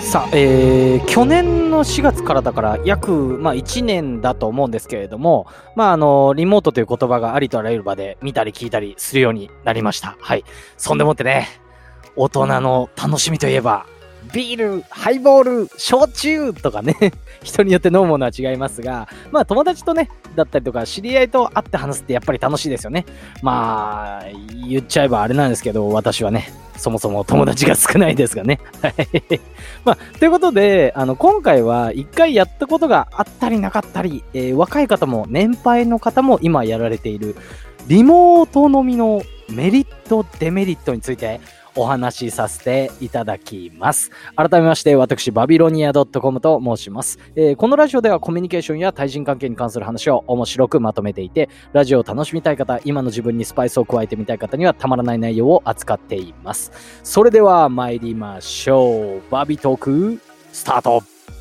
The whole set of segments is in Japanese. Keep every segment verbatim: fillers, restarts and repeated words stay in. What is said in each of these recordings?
さあ、えー、去年のしがつからだから約、まあ、いちねんだと思うんですけれども、まあ、あのリモートという言葉がありとあらゆる場で見たり聞いたりするようになりました。はい。そんでもってね、大人の楽しみといえばビール、ハイボール、焼酎とかね人によって飲むものは違いますが、まあ友達とねだったりとか知り合いと会って話すってやっぱり楽しいですよね。まあ言っちゃえばあれなんですけど、私はねそもそも友達が少ないですがねまあということで、あの今回は一回やったことがあったりなかったり、えー、若い方も年配の方も今やられているリモート飲みのメリットデメリットについてお話しさせていただきます。改めまして、私バビロニア .com と申します、えー、このラジオではコミュニケーションや対人関係に関する話を面白くまとめていて、ラジオを楽しみたい方、今の自分にスパイスを加えてみたい方にはたまらない内容を扱っています。それでは参りましょう。バビトークスタート。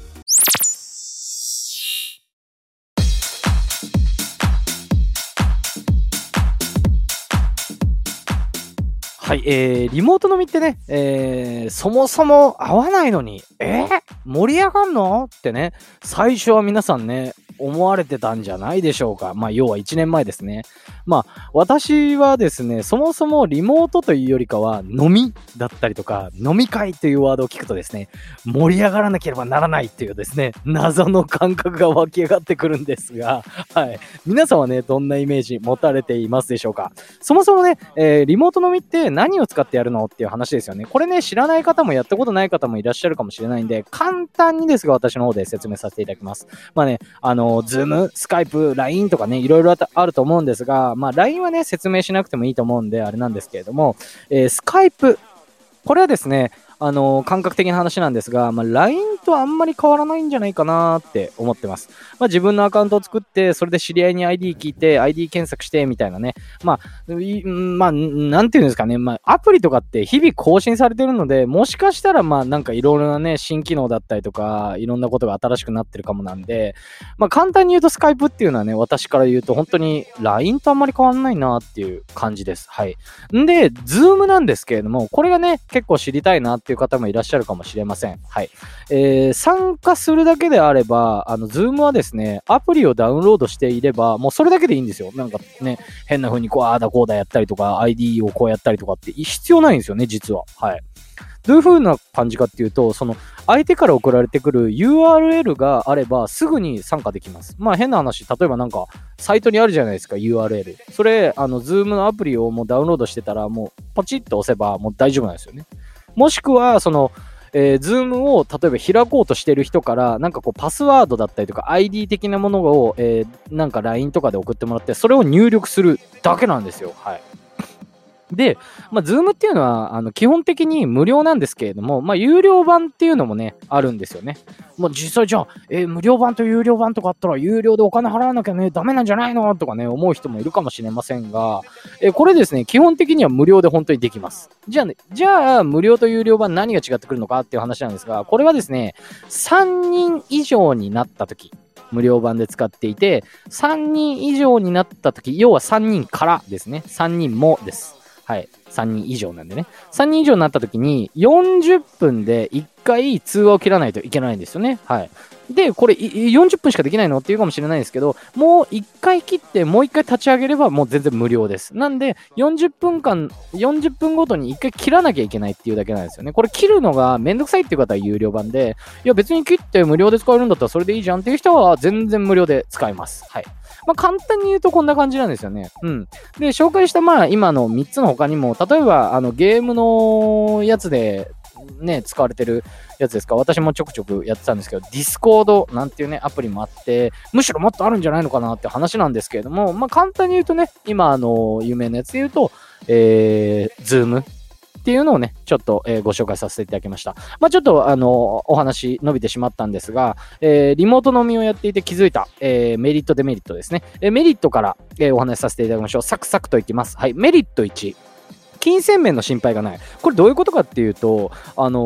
はい、えー、リモート飲みってね、えー、そもそも合わないのに、えー、盛り上がんのってね、最初は皆さんね、思われてたんじゃないでしょうか。まあ、要はいちねんまえですね。まあ、私はですね、そもそもリモートというよりかは、飲みだったりとか、飲み会というワードを聞くとですね、盛り上がらなければならないっていうですね、謎の感覚が湧き上がってくるんですが、はい。皆さんはね、どんなイメージ持たれていますでしょうか。そもそもね、えー、リモート飲みって何を使ってやるのっていう話ですよね。これね、知らない方もやったことない方もいらっしゃるかもしれないんで、簡単にですが私の方で説明させていただきます。まあね、あの、ズーム、スカイプ、ライン とかね、いろいろあると思うんですが、まあ ライン はね、説明しなくてもいいと思うんで、あれなんですけれども、えー、スカイプ、これはですね、あのー、感覚的な話なんですが、まあ、ライン とあんまり変わらないんじゃないかなって思ってます。まあ、自分のアカウントを作って、それで知り合いに アイディー 聞いて、アイディー 検索して、みたいなね。まあ、まあ、なんていうんですかね。まあ、アプリとかって日々更新されてるので、もしかしたら、まあ、なんかいろいろなね、新機能だったりとか、いろんなことが新しくなってるかもなんで、まあ、簡単に言うとスカイプっていうのはね、私から言うと本当に ライン とあんまり変わらないなっていう感じです。はい。んで、ズームなんですけれども、これがね、結構知りたいなっていう方もいらっしゃるかもしれません。はい。えー、参加するだけであれば、あの、ズームはですね、アプリをダウンロードしていれば、もうそれだけでいいんですよ。なんかね、変な風にこう、あーだこうだやったりとか、アイディー をこうやったりとかって必要ないんですよね、実は。はい。どういう風な感じかっていうと、その相手から送られてくる ユーアールエル があればすぐに参加できます。まあ変な話、例えばなんかサイトにあるじゃないですか、 ユーアールエル。それ、あの Zoom のアプリをもうダウンロードしてたら、もうポチッと押せばもう大丈夫なんですよね。もしくはそのえー、Zoom を例えば開こうとしてる人からなんかこうパスワードだったりとか アイディー 的なものを、えー、なんか ライン とかで送ってもらって、それを入力するだけなんですよ。はい。で、まあ、Zoom っていうのは、あの、基本的に無料なんですけれども、まあ、有料版っていうのもね、あるんですよね。もう実際じゃあ、えー無料版と有料版とかあったら、有料でお金払わなきゃね、ダメなんじゃないのとかね、思う人もいるかもしれませんが、えーこれですね、基本的には無料で本当にできます。じゃあね、じゃあ、無料と有料版何が違ってくるのかっていう話なんですが、これはですね、さんにん以上になった時、無料版で使っていて、さんにん以上になった時、要はさんにんからですね、さんにんもです。はい。さんにん以上なんでね。さんにん以上になった時に、よんじゅっぷんでいっかい通話を切らないといけないんですよね。はい。で、これよんじゅっぷんしかできないのっていうかもしれないんですけど、もういっかい切ってもういっかい立ち上げればもう全然無料です。なんで、よんじゅっぷんかん、よんじゅっぷんごとにいっかい切らなきゃいけないっていうだけなんですよね。これ切るのがめんどくさいっていう方は有料版で、いや別に切って無料で使えるんだったらそれでいいじゃんっていう人は全然無料で使えます。はい。まあ、簡単に言うとこんな感じなんですよね。うん。で、紹介したまあ今のみっつの他にも、例えばあのゲームのやつでね、使われてるやつですか。私もちょくちょくやってたんですけど、ディスコードなんていうね、アプリもあって、むしろもっとあるんじゃないのかなって話なんですけれども、まあ簡単に言うとね、今あの、有名なやつで言うと、えー、Zoom。っていうのをね、ちょっと、えー、ご紹介させていただきました。まあちょっとあのお話伸びてしまったんですが、えー、リモート飲みをやっていて気づいた、えー、メリットデメリットですね。えー、メリットから、えー、お話しさせていただきましょう。サクサクといきます。はい、メリットいち。金銭面の心配がない。これどういうことかっていうと、あの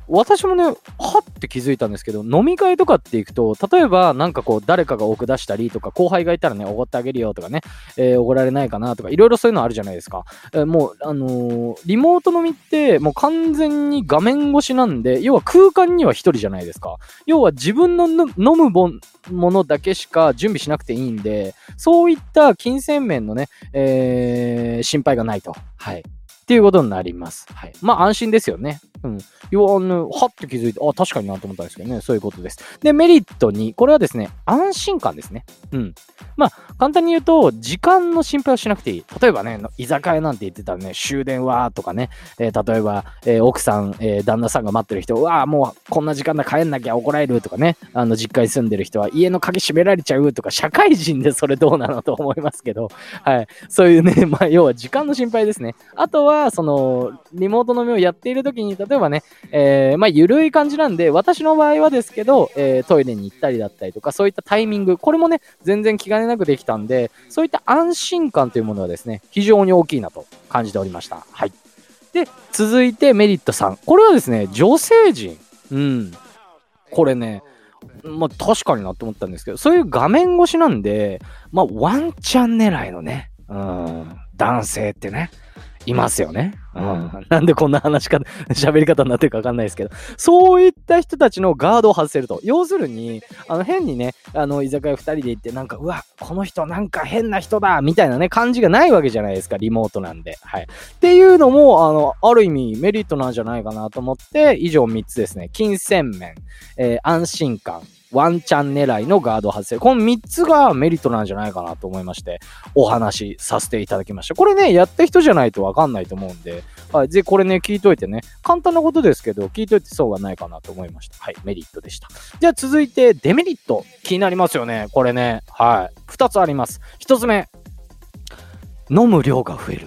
私もね、はって気づいたんですけど、飲み会とかって行くと、例えばなんかこう誰かが奥出したりとか、後輩がいたらね、おごってあげるよとかね、えー、おごられないかなとか、いろいろそういうのあるじゃないですか。えー、もう、あのー、リモート飲みってもう完全に画面越しなんで、要は空間には一人じゃないですか。要は自分の飲むものだけしか準備しなくていいんで、そういった金銭面のね、えー、心配がないと。はい。っていうことになります。はい。まあ安心ですよね。うん。要は、ね、はって気づいて、あ、確かになと思ったんですけどね。そういうことです。で、メリットに、これはですね、安心感ですね。うん。まあ、簡単に言うと、時間の心配をしなくていい。例えばね、居酒屋なんて言ってたらね、終電はとかね、えー、例えば、えー、奥さん、えー、旦那さんが待ってる人、うわーもうこんな時間だ帰んなきゃ怒られるとかね、あの、実家に住んでる人は家の鍵閉められちゃうとか、社会人でそれどうなのと思いますけど、はい。そういうね、まあ、要は時間の心配ですね。あとは、その、リモート飲みをやっている時に、例えばね、えー、まあ、ゆるい感じなんで、私の場合はですけど、えー、トイレに行ったりだったりとか、そういったタイミング、これもね、全然気兼ねなくできたんで、そういった安心感というものはですね、非常に大きいなと感じておりました。はい。で、続いてメリットさん。これはですね、女性陣。うん。これね、まあ、確かになって思ったんですけど、そういう画面越しなんで、まあ、ワンチャン狙いのね、うん、男性ってね、いますよね。うん。なんでこんな話か、喋り方になってるかわかんないですけど、そういった人たちのガードを外せると。要するに、あの、変にね、あの、居酒屋二人で行って、なんか、うわ、この人なんか変な人だみたいなね、感じがないわけじゃないですか、リモートなんで。はい。っていうのも、あの、ある意味メリットなんじゃないかなと思って、以上みっつですね。金銭面、えー、安心感、ワンチャン狙いのガードを外せる。このみっつがメリットなんじゃないかなと思いまして、お話しさせていただきました。これね、やった人じゃないとわかんないと思うんで、はい。ぜひこれね、聞いといてね、簡単なことですけど、聞いといて損はないかなと思いました。はい。メリットでした。じゃあ続いて、デメリット。気になりますよね。これね。はい。ふたつあります。ひとつめ。飲む量が増える。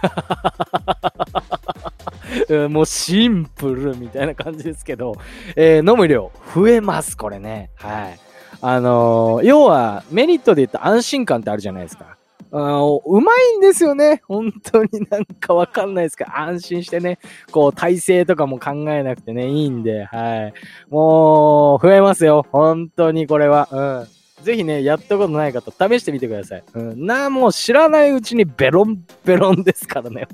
もうシンプルみたいな感じですけど、えー、飲む量増えます、これね。はい。あのー、要はメリットで言った安心感ってあるじゃないですか。あーうまいんですよね。本当になんかわかんないですか。安心してね、こう体勢とかも考えなくてね、いいんで、はい。もう、増えますよ。本当にこれは。うん。ぜひね、やったことない方、試してみてください。うん。な、もう知らないうちにベロンベロンですからね。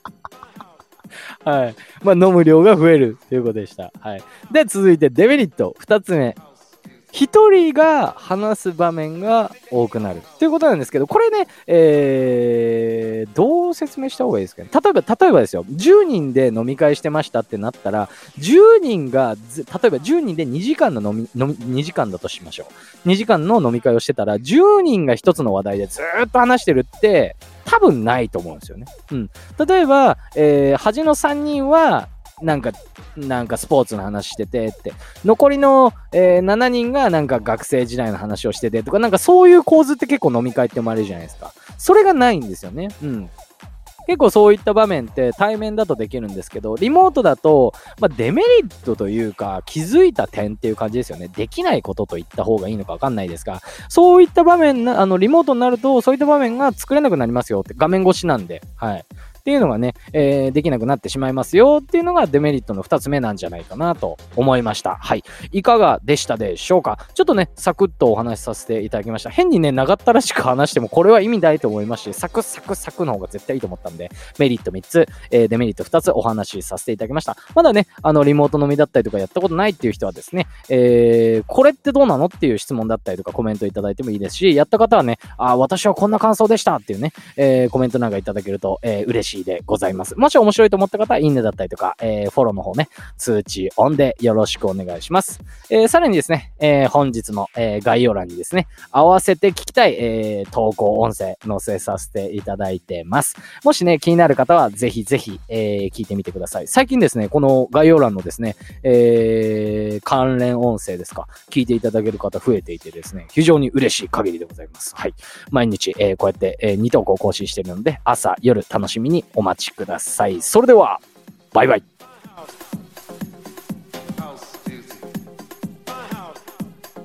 はい。まあ、飲む量が増えるということでした。はい。で、続いてデメリット。二つ目。一人が話す場面が多くなるということなんですけど、これね、えー、どう説明した方がいいですかね。例えば、例えばですよ、じゅうにんで飲み会してましたってなったら、じゅうにんが、例えばじゅうにんでにじかんの飲み、飲み、にじかんだとしましょう。にじかんの飲み会をしてたら、じゅうにんが一つの話題でずーっと話してるって、多分ないと思うんですよね。うん。例えば、えー、端のさんにんは、なんか、なんかスポーツの話しててって。残りの、えー、しちにんがなんか学生時代の話をしててとか、なんかそういう構図って結構飲み会って生まれるじゃないですか。それがないんですよね。うん。結構そういった場面って対面だとできるんですけど、リモートだと、まあ、デメリットというか、気づいた点っていう感じですよね。できないことと言った方がいいのかわかんないですが、そういった場面な、あの、リモートになると、そういった場面が作れなくなりますよって、画面越しなんで、はい。っていうのがね、えー、できなくなってしまいますよっていうのがデメリットのふたつめなんじゃないかなと思いました。はい。いかがでしたでしょうか。ちょっとね、サクッとお話しさせていただきました。変にね、長ったらしく話してもこれは意味ないと思いますし、サクサクサクの方が絶対いいと思ったんで、メリットみっつ、えー、デメリットふたつお話しさせていただきました。まだね、あの、リモート飲みだったりとかやったことないっていう人はですね、えー、これってどうなのっていう質問だったりとかコメントいただいてもいいですし、やった方はね、あ、私はこんな感想でしたっていうね、えー、コメントなんかいただけると、えー、嬉しいでございます。もし面白いと思った方は、いいねだったりとか、えー、フォローの方ね、通知オンでよろしくお願いします。えー、さらにですね、えー、本日の、えー、概要欄にですね、合わせて聞きたい、えー、投稿音声載せさせていただいてます。もしね、気になる方は、ぜひぜひ、えー、聞いてみてください。最近ですね、この概要欄のですね、えー、関連音声ですか、聞いていただける方増えていてですね、非常に嬉しい限りでございます。はい。毎日、えー、こうやって、えー、に投稿更新しているので、朝、夜楽しみにお待ちください。それでは、バイバイ。